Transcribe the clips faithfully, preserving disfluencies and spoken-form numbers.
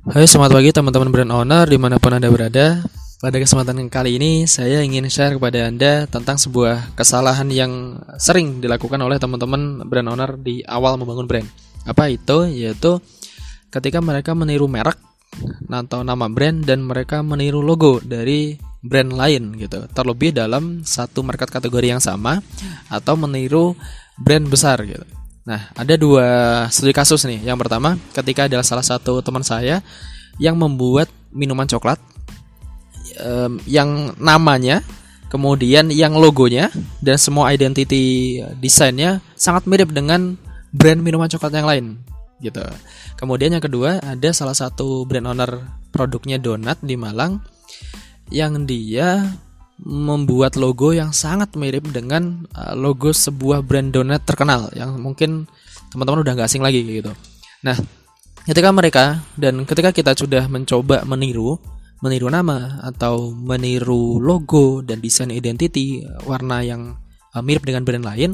Hai, selamat pagi teman-teman brand owner dimanapun Anda berada. Pada kesempatan kali ini saya ingin share kepada Anda tentang sebuah kesalahan yang sering dilakukan oleh teman-teman brand owner di awal membangun brand. Apa itu? Yaitu ketika mereka meniru merek atau nama brand dan mereka meniru logo dari brand lain gitu. Terlebih dalam satu market kategori yang sama atau meniru brand besar gitu. Nah, ada dua studi kasus nih. Yang pertama, ketika ada salah satu teman saya yang membuat minuman coklat um, yang namanya, kemudian yang logonya dan semua identity desainnya sangat mirip dengan brand minuman coklat yang lain gitu. Kemudian yang kedua, ada salah satu brand owner produknya donat di Malang yang dia membuat logo yang sangat mirip dengan uh, logo sebuah brand donat terkenal yang mungkin teman-teman udah gak asing lagi gitu. Nah, ketika mereka dan ketika kita sudah mencoba meniru meniru nama atau meniru logo dan desain identity warna yang uh, mirip dengan brand lain,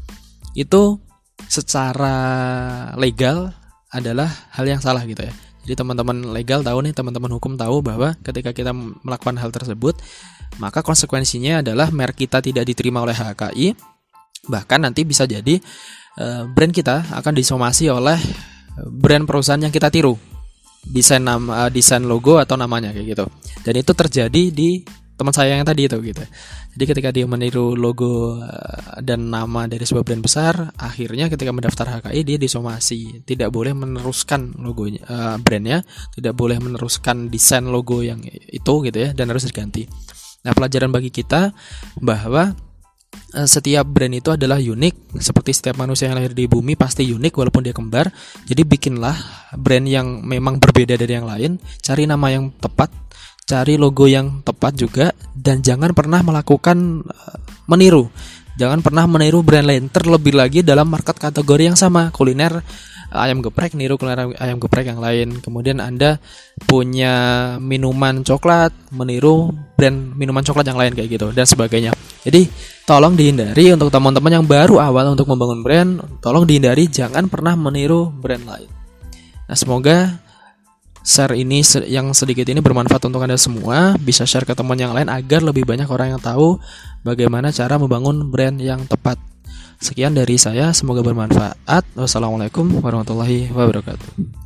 itu secara legal adalah hal yang salah gitu ya. Jadi teman-teman legal tahu nih, teman-teman hukum tahu bahwa ketika kita melakukan hal tersebut, maka konsekuensinya adalah merek kita tidak diterima oleh H K I. Bahkan nanti bisa jadi uh, brand kita akan disomasi oleh brand perusahaan yang kita tiru, desain nama, uh, desain logo atau namanya kayak gitu. Dan itu terjadi di teman saya yang tadi itu gitu. Jadi ketika dia meniru logo uh, dan nama dari sebuah brand besar, akhirnya ketika mendaftar H K I dia disomasi, tidak boleh meneruskan logonya, uh, brandnya, tidak boleh meneruskan desain logo yang itu gitu ya, dan harus diganti. Nah, pelajaran bagi kita bahwa uh, setiap brand itu adalah unik, seperti setiap manusia yang lahir di bumi pasti unik walaupun dia kembar. Jadi bikinlah brand yang memang berbeda dari yang lain, cari nama yang tepat, cari logo yang tepat juga, dan jangan pernah melakukan uh, meniru. Jangan pernah meniru brand lain, terlebih lagi dalam market kategori yang sama. Kuliner uh, ayam geprek, niru kuliner ayam geprek yang lain. Kemudian Anda punya minuman coklat, meniru brand minuman coklat yang lain kayak gitu, dan sebagainya. Jadi tolong dihindari untuk teman-teman yang baru awal untuk membangun brand, tolong dihindari jangan pernah meniru brand lain. Nah, semoga share ini yang sedikit ini bermanfaat untuk Anda semua, bisa share ke teman yang lain agar lebih banyak orang yang tahu bagaimana cara membangun brand yang tepat. Sekian dari saya, semoga bermanfaat. Wassalamualaikum warahmatullahi wabarakatuh.